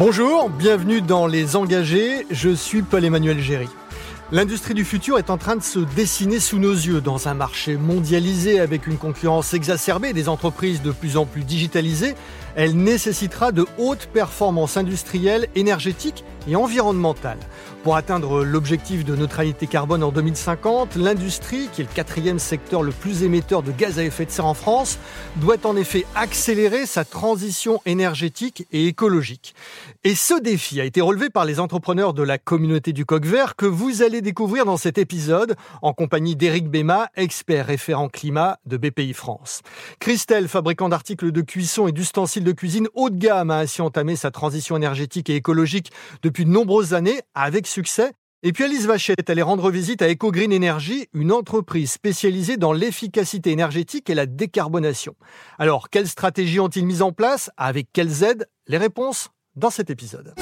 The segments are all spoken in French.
Bonjour, bienvenue dans Les Engagés, je suis Paul-Emmanuel Géry. L'industrie du futur est en train de se dessiner sous nos yeux dans un marché mondialisé avec une concurrence exacerbée et des entreprises de plus en plus digitalisées. Elle nécessitera de hautes performances industrielles, énergétiques et environnementales. Pour atteindre l'objectif de neutralité carbone en 2050, l'industrie, qui est le 4e secteur le plus émetteur de gaz à effet de serre en France, doit en effet accélérer sa transition énergétique et écologique. Et ce défi a été relevé par les entrepreneurs de la communauté du Coq Vert que vous allez découvrir dans cet épisode en compagnie d'Éric Béma, expert référent climat de BPI France. Christelle, fabricant d'articles de cuisson et d'ustensiles de cuisine haut de gamme, a ainsi entamé sa transition énergétique et écologique depuis de nombreuses années avec succès. Et puis Alice Vachette est allée rendre visite à EcoGreen Energy, une entreprise spécialisée dans l'efficacité énergétique et la décarbonation. Alors, quelles stratégies ont-ils mises en place? Avec quelles aides? Les réponses dans cet épisode.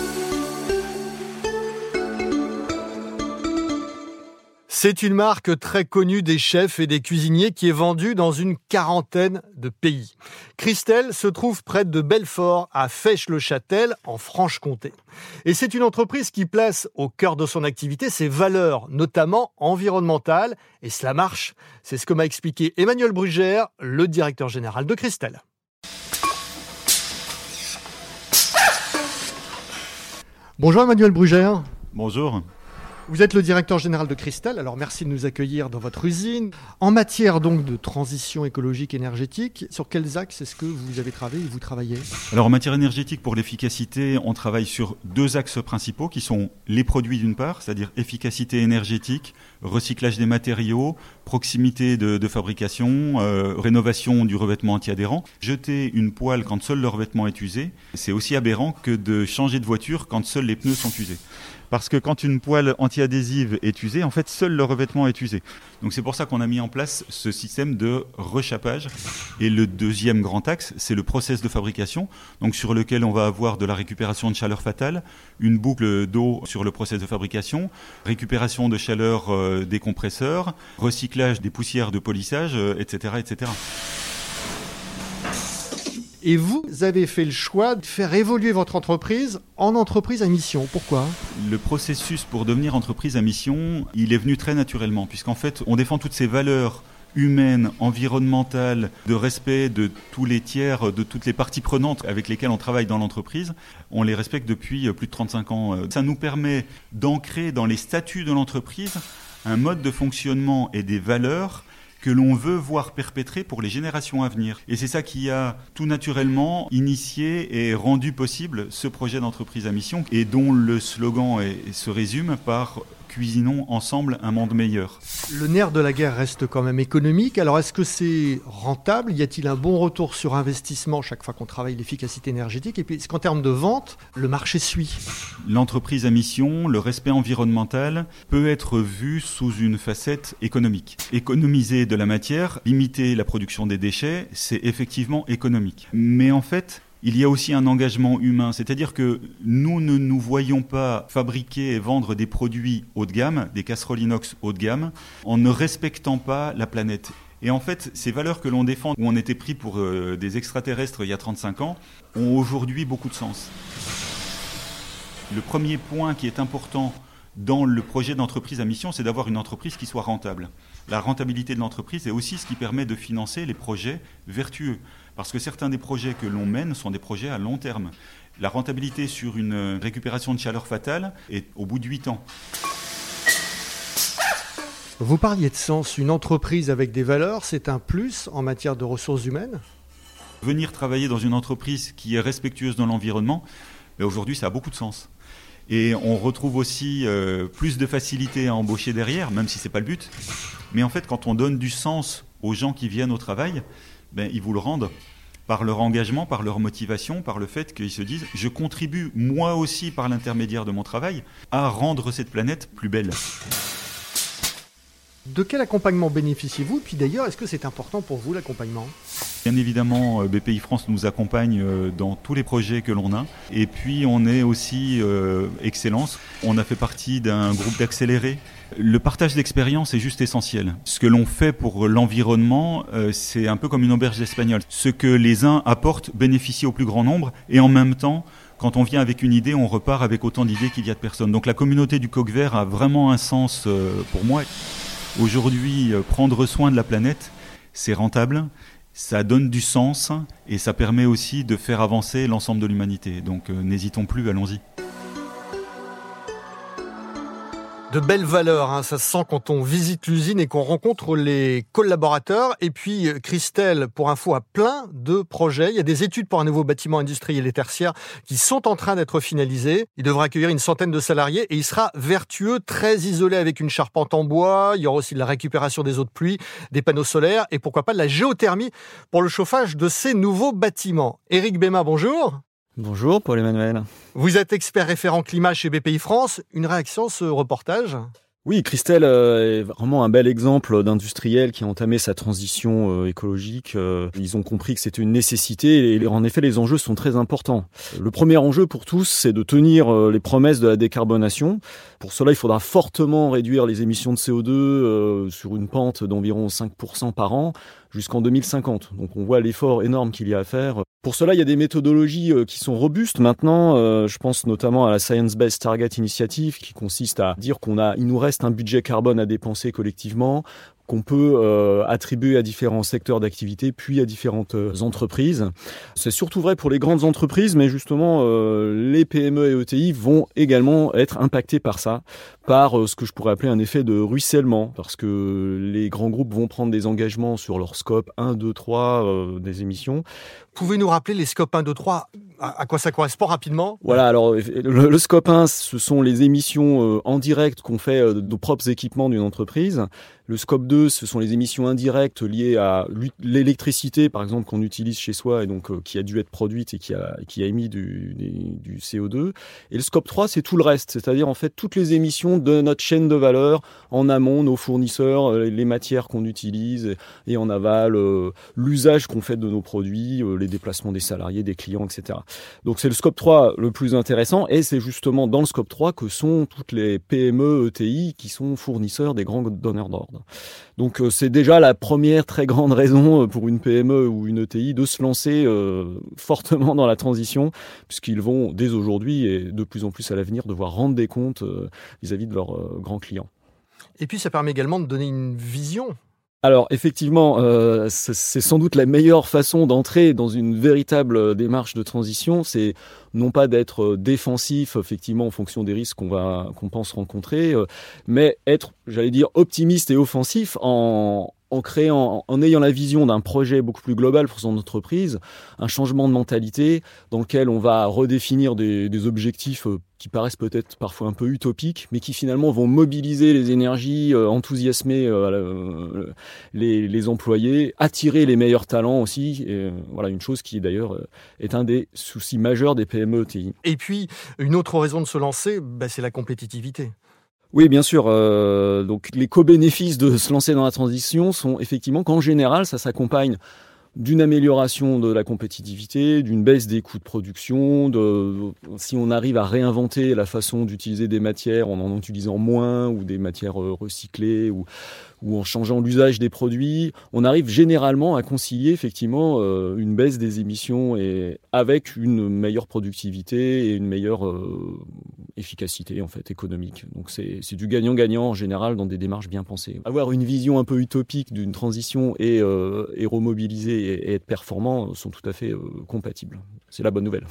C'est une marque très connue des chefs et des cuisiniers qui est vendue dans une 40aine de pays. Christelle se trouve près de Belfort, à Fesches-le-Châtel, en Franche-Comté. Et c'est une entreprise qui place au cœur de son activité ses valeurs, notamment environnementales. Et cela marche. C'est ce que m'a expliqué Emmanuel Brugère, le directeur général de Christelle. Bonjour Emmanuel Brugère. Bonjour. Vous êtes le directeur général de Christelle, alors merci de nous accueillir dans votre usine. En matière donc de transition écologique énergétique, sur quels axes est-ce que vous avez travaillé et vous travaillez? Alors en matière énergétique, pour l'efficacité, on travaille sur 2 axes principaux qui sont les produits d'une part, c'est-à-dire efficacité énergétique, recyclage des matériaux, proximité de fabrication, rénovation du revêtement anti-adhérent. Jeter une poêle quand seul le revêtement est usé, c'est aussi aberrant que de changer de voiture quand seuls les pneus sont usés. Parce que quand une poêle anti-adhésive est usée, en fait, seul le revêtement est usé. Donc c'est pour ça qu'on a mis en place ce système de rechappage. Et le deuxième grand axe, c'est le process de fabrication, donc sur lequel on va avoir de la récupération de chaleur fatale, une boucle d'eau sur le process de fabrication, récupération de chaleur des compresseurs, recyclage des poussières de polissage, etc., etc. Et vous avez fait le choix de faire évoluer votre entreprise en entreprise à mission. Pourquoi? Le processus pour devenir entreprise à mission, il est venu très naturellement, puisqu'en fait, on défend toutes ces valeurs humaines, environnementales, de respect de tous les tiers, de toutes les parties prenantes avec lesquelles on travaille dans l'entreprise. On les respecte depuis plus de 35 ans. Ça nous permet d'ancrer dans les statuts de l'entreprise un mode de fonctionnement et des valeurs que l'on veut voir perpétrer pour les générations à venir. Et c'est ça qui a tout naturellement initié et rendu possible ce projet d'entreprise à mission et dont le slogan se résume par « Cuisinons ensemble un monde meilleur ». Le nerf de la guerre reste quand même économique. Alors est-ce que c'est rentable? Y a-t-il un bon retour sur investissement chaque fois qu'on travaille l'efficacité énergétique? Et puis est-ce qu'en termes de vente, le marché suit? L'entreprise à mission, le respect environnemental peut être vu sous une facette économique. Économiser de la matière, limiter la production des déchets, c'est effectivement économique. Mais en fait, il y a aussi un engagement humain, c'est-à-dire que nous ne nous voyons pas fabriquer et vendre des produits haut de gamme, des casseroles inox haut de gamme, en ne respectant pas la planète. Et en fait, ces valeurs que l'on défend, où on était pris pour des extraterrestres il y a 35 ans, ont aujourd'hui beaucoup de sens. Le premier point qui est important dans le projet d'entreprise à mission, c'est d'avoir une entreprise qui soit rentable. La rentabilité de l'entreprise est aussi ce qui permet de financer les projets vertueux. Parce que certains des projets que l'on mène sont des projets à long terme. La rentabilité sur une récupération de chaleur fatale est au bout de 8 ans. Vous parliez de sens. Une entreprise avec des valeurs, c'est un plus en matière de ressources humaines? Venir travailler dans une entreprise qui est respectueuse de l'environnement, aujourd'hui ça a beaucoup de sens. Et on retrouve aussi plus de facilité à embaucher derrière, même si ce n'est pas le but. Mais en fait, quand on donne du sens aux gens qui viennent au travail, ils vous le rendent par leur engagement, par leur motivation, par le fait qu'ils se disent « je contribue moi aussi par l'intermédiaire de mon travail à rendre cette planète plus belle ». De quel accompagnement bénéficiez-vous? Puis d'ailleurs, est-ce que c'est important pour vous l'accompagnement? Bien évidemment, BPI France nous accompagne dans tous les projets que l'on a. Et puis, on est aussi Excellence. On a fait partie d'un groupe d'accélérés. Le partage d'expérience est juste essentiel. Ce que l'on fait pour l'environnement, c'est un peu comme une auberge d'espagnol. Ce que les uns apportent bénéficie au plus grand nombre et en même temps, quand on vient avec une idée, on repart avec autant d'idées qu'il y a de personnes. Donc la communauté du coq vert a vraiment un sens pour moi. Aujourd'hui, prendre soin de la planète, c'est rentable. Ça donne du sens et ça permet aussi de faire avancer l'ensemble de l'humanité. Donc n'hésitons plus, allons-y. De belles valeurs, ça se sent quand on visite l'usine et qu'on rencontre les collaborateurs. Et puis Christelle, pour info, a plein de projets. Il y a des études pour un nouveau bâtiment industriel et tertiaire qui sont en train d'être finalisées. Il devra accueillir une centaine de salariés et il sera vertueux, très isolé avec une charpente en bois. Il y aura aussi de la récupération des eaux de pluie, des panneaux solaires et pourquoi pas de la géothermie pour le chauffage de ces nouveaux bâtiments. Éric Béma, bonjour. Bonjour Paul-Emmanuel. Vous êtes expert référent climat chez BPI France. Une réaction à ce reportage ? Oui, Christelle est vraiment un bel exemple d'industriel qui a entamé sa transition écologique. Ils ont compris que c'était une nécessité et en effet les enjeux sont très importants. Le premier enjeu pour tous, c'est de tenir les promesses de la décarbonation. Pour cela, il faudra fortement réduire les émissions de CO2 sur une pente d'environ 5% par an jusqu'en 2050. Donc on voit l'effort énorme qu'il y a à faire. Pour cela, il y a des méthodologies qui sont robustes maintenant. Je pense notamment à la Science Based Target Initiative qui consiste à dire il nous reste un budget carbone à dépenser collectivement, qu'on peut attribuer à différents secteurs d'activité, puis à différentes entreprises. C'est surtout vrai pour les grandes entreprises, mais justement, les PME et ETI vont également être impactés par ça, par ce que je pourrais appeler un effet de ruissellement, parce que les grands groupes vont prendre des engagements sur leur scope 1, 2, 3 des émissions. Pouvez-nous rappeler les scopes 1, 2, 3 à quoi ça correspond rapidement ? Voilà, alors le scope 1, ce sont les émissions en direct qu'on fait de nos propres équipements d'une entreprise. Le scope 2, ce sont les émissions indirectes liées à l'électricité, par exemple, qu'on utilise chez soi et donc qui a dû être produite et qui a émis du CO2. Et le scope 3, c'est tout le reste, c'est-à-dire en fait toutes les émissions de notre chaîne de valeur en amont, nos fournisseurs, les matières qu'on utilise et en aval, l'usage qu'on fait de nos produits, les déplacements des salariés, des clients, etc. Donc c'est le scope 3 le plus intéressant et c'est justement dans le scope 3 que sont toutes les PME, ETI qui sont fournisseurs des grands donneurs d'ordre. Donc c'est déjà la première très grande raison pour une PME ou une ETI de se lancer fortement dans la transition puisqu'ils vont dès aujourd'hui et de plus en plus à l'avenir devoir rendre des comptes vis-à-vis de leurs grands clients. Et puis ça permet également de donner une vision. Alors effectivement, c'est sans doute la meilleure façon d'entrer dans une véritable démarche de transition, c'est non pas d'être défensif effectivement en fonction des risques qu'on pense rencontrer, mais être, j'allais dire, optimiste et offensif en ayant la vision d'un projet beaucoup plus global pour son entreprise, un changement de mentalité dans lequel on va redéfinir des objectifs qui paraissent peut-être parfois un peu utopiques, mais qui finalement vont mobiliser les énergies, enthousiasmer les employés, attirer les meilleurs talents aussi. Et, voilà, une chose qui d'ailleurs est un des soucis majeurs des PME ETI. Et puis, une autre raison de se lancer, c'est la compétitivité. Oui, bien sûr. Donc, les co-bénéfices de se lancer dans la transition sont effectivement qu'en général, ça s'accompagne d'une amélioration de la compétitivité, d'une baisse des coûts de production, si on arrive à réinventer la façon d'utiliser des matières en utilisant moins ou des matières recyclées ou en changeant l'usage des produits, on arrive généralement à concilier effectivement une baisse des émissions et avec une meilleure productivité et une meilleure efficacité en fait économique. Donc c'est du gagnant-gagnant en général dans des démarches bien pensées. Avoir une vision un peu utopique d'une transition et remobiliser et être performant sont tout à fait compatibles. C'est la bonne nouvelle.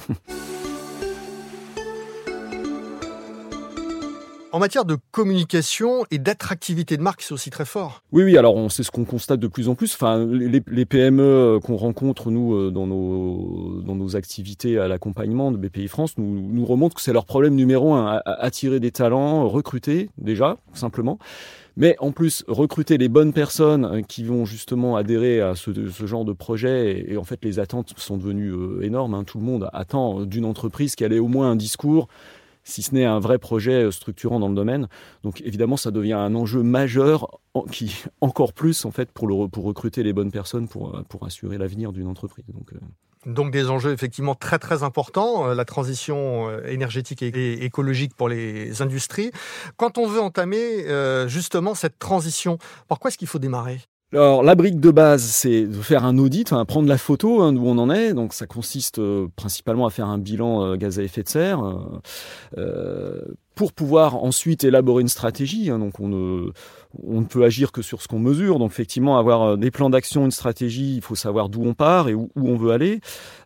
En matière de communication et d'attractivité de marque, c'est aussi très fort. Oui, alors c'est ce qu'on constate de plus en plus. Enfin, les PME qu'on rencontre, nous, dans nos activités à l'accompagnement de BPI France, nous remontrent que c'est leur problème numéro 1, attirer des talents, recruter, déjà, simplement. Mais en plus, recruter les bonnes personnes qui vont justement adhérer à ce genre de projet. Et en fait, les attentes sont devenues énormes. Tout le monde attend d'une entreprise qu'elle ait au moins un discours si ce n'est un vrai projet structurant dans le domaine. Donc évidemment, ça devient un enjeu majeur, qui encore plus en fait pour recruter les bonnes personnes pour assurer l'avenir d'une entreprise. Donc des enjeux effectivement très très importants, la transition énergétique et écologique pour les industries. Quand on veut entamer justement cette transition, par quoi est-ce qu'il faut démarrer ? Alors, la brique de base, c'est de faire un audit, prendre la photo d'où on en est. Donc, ça consiste principalement à faire un bilan gaz à effet de serre pour pouvoir ensuite élaborer une stratégie. Donc, on ne peut agir que sur ce qu'on mesure. Donc, effectivement, avoir des plans d'action, une stratégie, il faut savoir d'où on part et où on veut aller.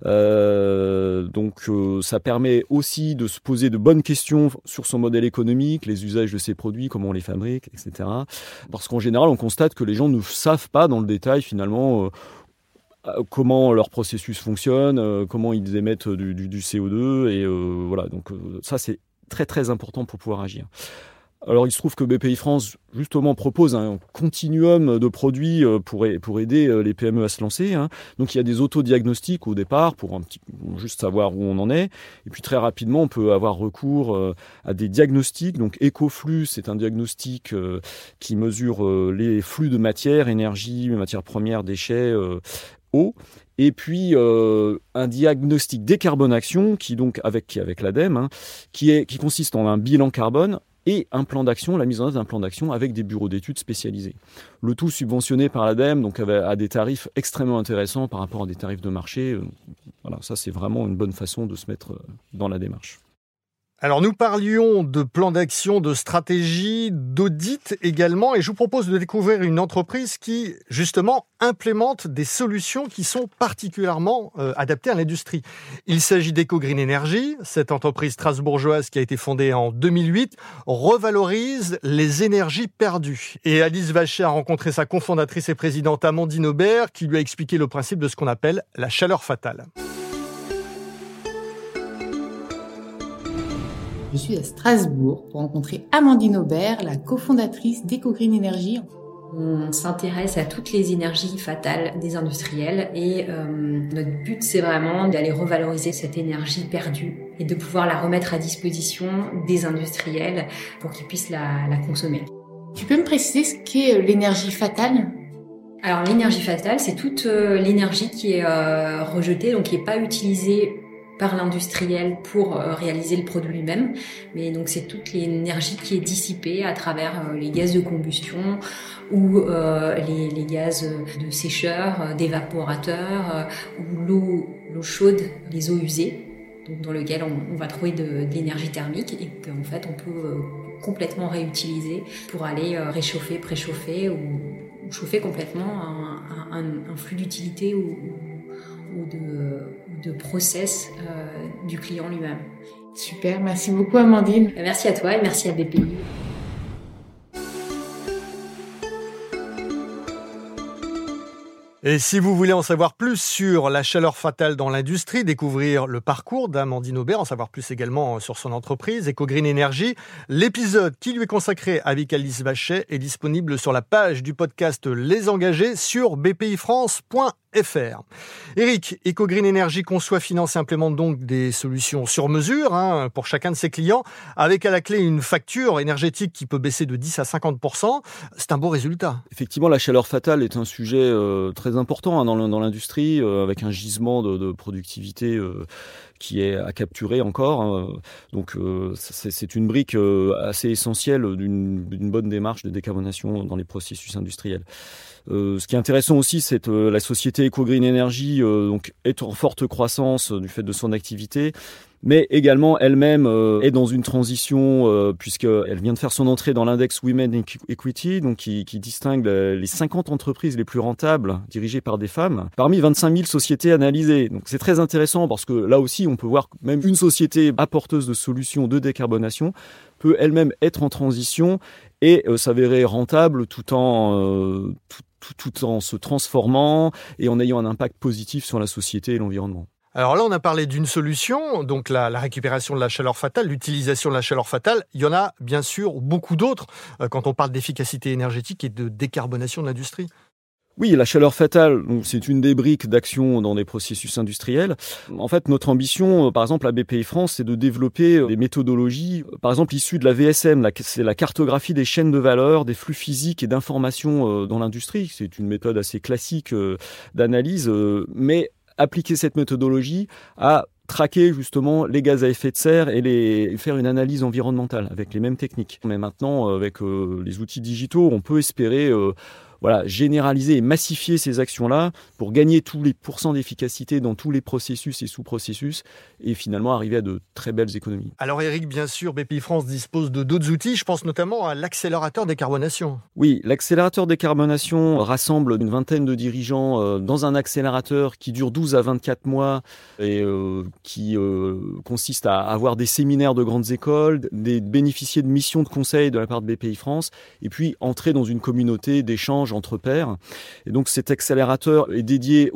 Ça permet aussi de se poser de bonnes questions sur son modèle économique, les usages de ses produits, comment on les fabrique, etc. Parce qu'en général, on constate que les gens ne savent pas dans le détail, finalement, comment leur processus fonctionne, comment ils émettent du CO2. Et voilà, donc ça, c'est très, très important pour pouvoir agir. Alors, il se trouve que BPI France, justement, propose un continuum de produits pour aider les PME à se lancer. Donc, il y a des autodiagnostics au départ pour juste savoir où on en est. Et puis, très rapidement, on peut avoir recours à des diagnostics. Donc, Ecoflux, c'est un diagnostic qui mesure les flux de matière, énergie, matières premières, déchets, eau. Et puis un diagnostic décarbonation qui donc avec l'ADEME, qui consiste en un bilan carbone et un plan d'action, la mise en œuvre d'un plan d'action avec des bureaux d'études spécialisés. Le tout subventionné par l'ADEME, donc à des tarifs extrêmement intéressants par rapport à des tarifs de marché. Voilà, ça c'est vraiment une bonne façon de se mettre dans la démarche. Alors nous parlions de plan d'action, de stratégie, d'audit également, et je vous propose de découvrir une entreprise qui justement implémente des solutions qui sont particulièrement adaptées à l'industrie. Il s'agit d'EcoGreen Energy. Cette entreprise strasbourgeoise qui a été fondée en 2008 revalorise les énergies perdues. Et Alice Vachet a rencontré sa cofondatrice et présidente Amandine Aubert qui lui a expliqué le principe de ce qu'on appelle la chaleur fatale. Je suis à Strasbourg pour rencontrer Amandine Aubert, la cofondatrice d'EcoGreen Energy. On s'intéresse à toutes les énergies fatales des industriels et notre but c'est vraiment d'aller revaloriser cette énergie perdue et de pouvoir la remettre à disposition des industriels pour qu'ils puissent la consommer. Tu peux me préciser ce qu'est l'énergie fatale ? Alors l'énergie fatale, c'est toute l'énergie qui est rejetée, donc qui n'est pas utilisée par l'industriel pour réaliser le produit lui-même, mais donc c'est toute l'énergie qui est dissipée à travers les gaz de combustion ou les gaz de sécheur, d'évaporateur ou l'eau chaude, les eaux usées, donc dans lequel on va trouver de l'énergie thermique et qu'en fait on peut complètement réutiliser pour aller réchauffer, préchauffer ou chauffer complètement un flux d'utilité ou de process du client lui-même. Super, merci beaucoup Amandine. Merci à toi et merci à BPI. Et si vous voulez en savoir plus sur la chaleur fatale dans l'industrie, découvrir le parcours d'Amandine Aubert, en savoir plus également sur son entreprise, EcoGreen Energy, l'épisode qui lui est consacré avec Alice Vachet est disponible sur la page du podcast Les Engagés sur bpifrance.fr. Eric, EcoGreen Energy conçoit, finance et implémente donc des solutions sur mesure pour chacun de ses clients, avec à la clé une facture énergétique qui peut baisser de 10 à 50%. C'est un beau résultat. Effectivement, la chaleur fatale est un sujet très important dans l'industrie, avec un gisement de productivité qui est à capturer encore. Donc c'est une brique assez essentielle d'une bonne démarche de décarbonation dans les processus industriels. Ce qui est intéressant aussi, c'est que la société EcoGreen Energy donc est en forte croissance du fait de son activité, mais également elle-même est dans une transition puisqu'elle vient de faire son entrée dans l'index Women Equity, donc qui distingue les 50 entreprises les plus rentables dirigées par des femmes parmi 25 000 sociétés analysées. Donc c'est très intéressant parce que là aussi on peut voir que même une société apporteuse de solutions de décarbonation peut elle-même être en transition et s'avérer rentable tout en se transformant et en ayant un impact positif sur la société et l'environnement. Alors là, on a parlé d'une solution, donc la récupération de la chaleur fatale, l'utilisation de la chaleur fatale. Il y en a bien sûr beaucoup d'autres quand on parle d'efficacité énergétique et de décarbonation de l'industrie. Oui, la chaleur fatale, donc c'est une des briques d'action dans des processus industriels. En fait, notre ambition, par exemple à BPI France, c'est de développer des méthodologies, par exemple issues de la VSM, c'est la cartographie des chaînes de valeur, des flux physiques et d'informations dans l'industrie. C'est une méthode assez classique d'analyse, mais appliquer cette méthodologie à traquer justement les gaz à effet de serre et faire une analyse environnementale avec les mêmes techniques. Mais maintenant, avec les outils digitaux, on peut espérer généraliser et massifier ces actions-là pour gagner tous les pourcents d'efficacité dans tous les processus et sous-processus et finalement arriver à de très belles économies. Alors Eric, bien sûr, BPI France dispose de d'autres outils. Je pense notamment à l'accélérateur décarbonation. Oui, l'accélérateur décarbonation rassemble une vingtaine de dirigeants dans un accélérateur qui dure 12 à 24 mois et qui consiste à avoir des séminaires de grandes écoles, bénéficier de missions de conseil de la part de BPI France et puis entrer dans une communauté d'échange entre pairs. Et donc cet accélérateur est dédié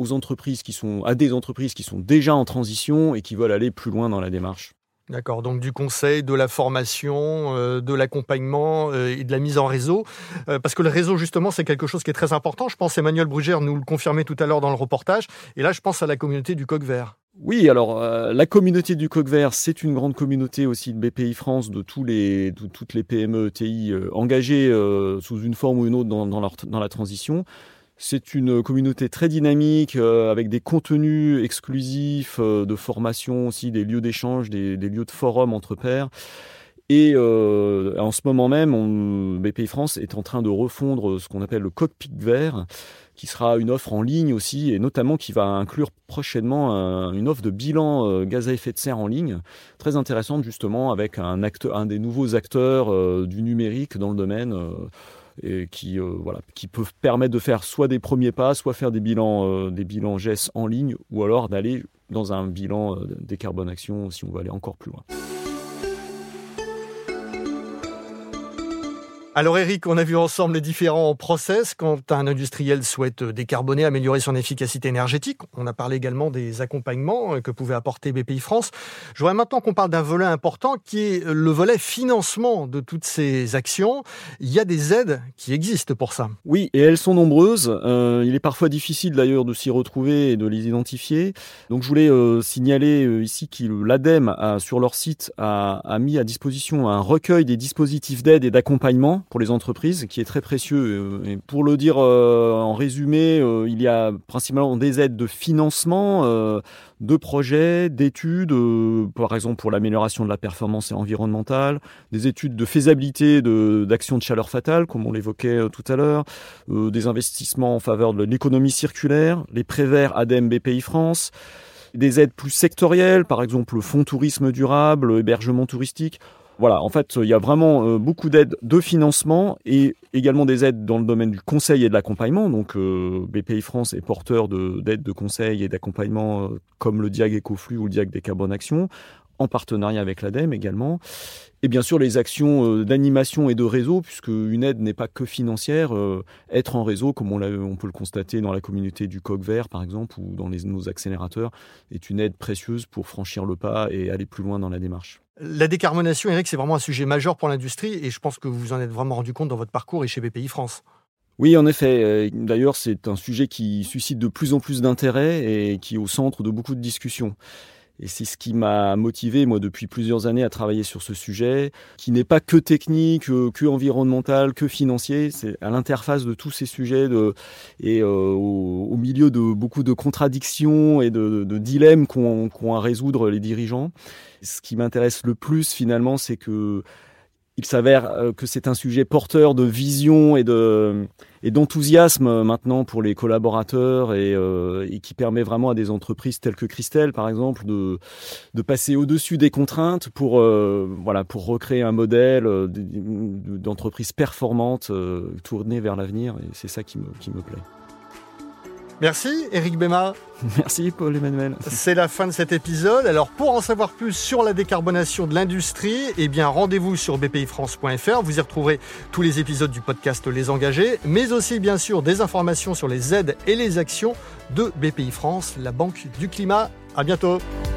à des entreprises qui sont déjà en transition et qui veulent aller plus loin dans la démarche. D'accord, donc du conseil, de la formation, de l'accompagnement et de la mise en réseau. Parce que le réseau, justement, c'est quelque chose qui est très important. Je pense Emmanuel Brugère nous le confirmait tout à l'heure dans le reportage. Et là, je pense à la communauté du Coq Vert. Oui, alors la communauté du Coq Vert, c'est une grande communauté aussi de BPI France, de toutes les PME, ETI engagées sous une forme ou une autre dans la transition. C'est une communauté très dynamique avec des contenus exclusifs de formation aussi, des lieux d'échange, des lieux de forum entre pairs. Et en ce moment même, BPI France est en train de refondre ce qu'on appelle le cockpit vert, qui sera une offre en ligne aussi, et notamment qui va inclure prochainement une offre de bilan gaz à effet de serre en ligne, très intéressante justement avec un des nouveaux acteurs du numérique dans le domaine, et qui peuvent permettre de faire soit des premiers pas, soit faire des bilans GES en ligne, ou alors d'aller dans un bilan décarbonation si on veut aller encore plus loin. Alors Eric, on a vu ensemble les différents process quand un industriel souhaite décarboner, améliorer son efficacité énergétique. On a parlé également des accompagnements que pouvait apporter BPI France. Je voudrais maintenant qu'on parle d'un volet important qui est le volet financement de toutes ces actions. Il y a des aides qui existent pour ça. Oui, et elles sont nombreuses. Il est parfois difficile d'ailleurs de s'y retrouver et de les identifier. Donc je voulais signaler ici que l'ADEME, sur leur site, a mis à disposition un recueil des dispositifs d'aide et d'accompagnement pour les entreprises, qui est très précieux. Et pour le dire en résumé, il y a principalement des aides de financement, de projets, d'études, par exemple pour l'amélioration de la performance environnementale, des études de faisabilité d'actions de chaleur fatale, comme on l'évoquait tout à l'heure, des investissements en faveur de l'économie circulaire, les prêts verts ADEME BPI France, des aides plus sectorielles, par exemple le fonds tourisme durable, hébergement touristique. Voilà, en fait, il y a vraiment beaucoup d'aides de financement et également des aides dans le domaine du conseil et de l'accompagnement. Donc, BPI France est porteur d'aides de conseil et d'accompagnement comme le DIAG Ecoflux ou le DIAG Décarbonation, en partenariat avec l'ADEME également. Et bien sûr, les actions d'animation et de réseau, puisque une aide n'est pas que financière. Être en réseau, comme on peut le constater dans la communauté du Coq Vert, par exemple, ou dans nos accélérateurs, est une aide précieuse pour franchir le pas et aller plus loin dans la démarche. La décarbonation, Eric, c'est vraiment un sujet majeur pour l'industrie et je pense que vous vous en êtes vraiment rendu compte dans votre parcours et chez BPI France. Oui, en effet. D'ailleurs, c'est un sujet qui suscite de plus en plus d'intérêt et qui est au centre de beaucoup de discussions. Et c'est ce qui m'a motivé, moi, depuis plusieurs années à travailler sur ce sujet, qui n'est pas que technique, que environnemental, que financier. C'est à l'interface de tous ces sujets au milieu de beaucoup de contradictions et de dilemmes qu'ont à résoudre les dirigeants. Ce qui m'intéresse le plus, finalement, c'est que il s'avère que c'est un sujet porteur de vision et d'enthousiasme maintenant pour les collaborateurs et qui permet vraiment à des entreprises telles que Christelle, par exemple, de passer au-dessus des contraintes pour recréer un modèle d'entreprise performante tournée vers l'avenir. Et c'est ça qui me plaît. Merci Eric Béma. Merci Paul-Emmanuel. C'est la fin de cet épisode. Alors pour en savoir plus sur la décarbonation de l'industrie, rendez-vous sur bpifrance.fr. Vous y retrouverez tous les épisodes du podcast Les Engagés, mais aussi bien sûr des informations sur les aides et les actions de BPI France, la Banque du Climat. À bientôt.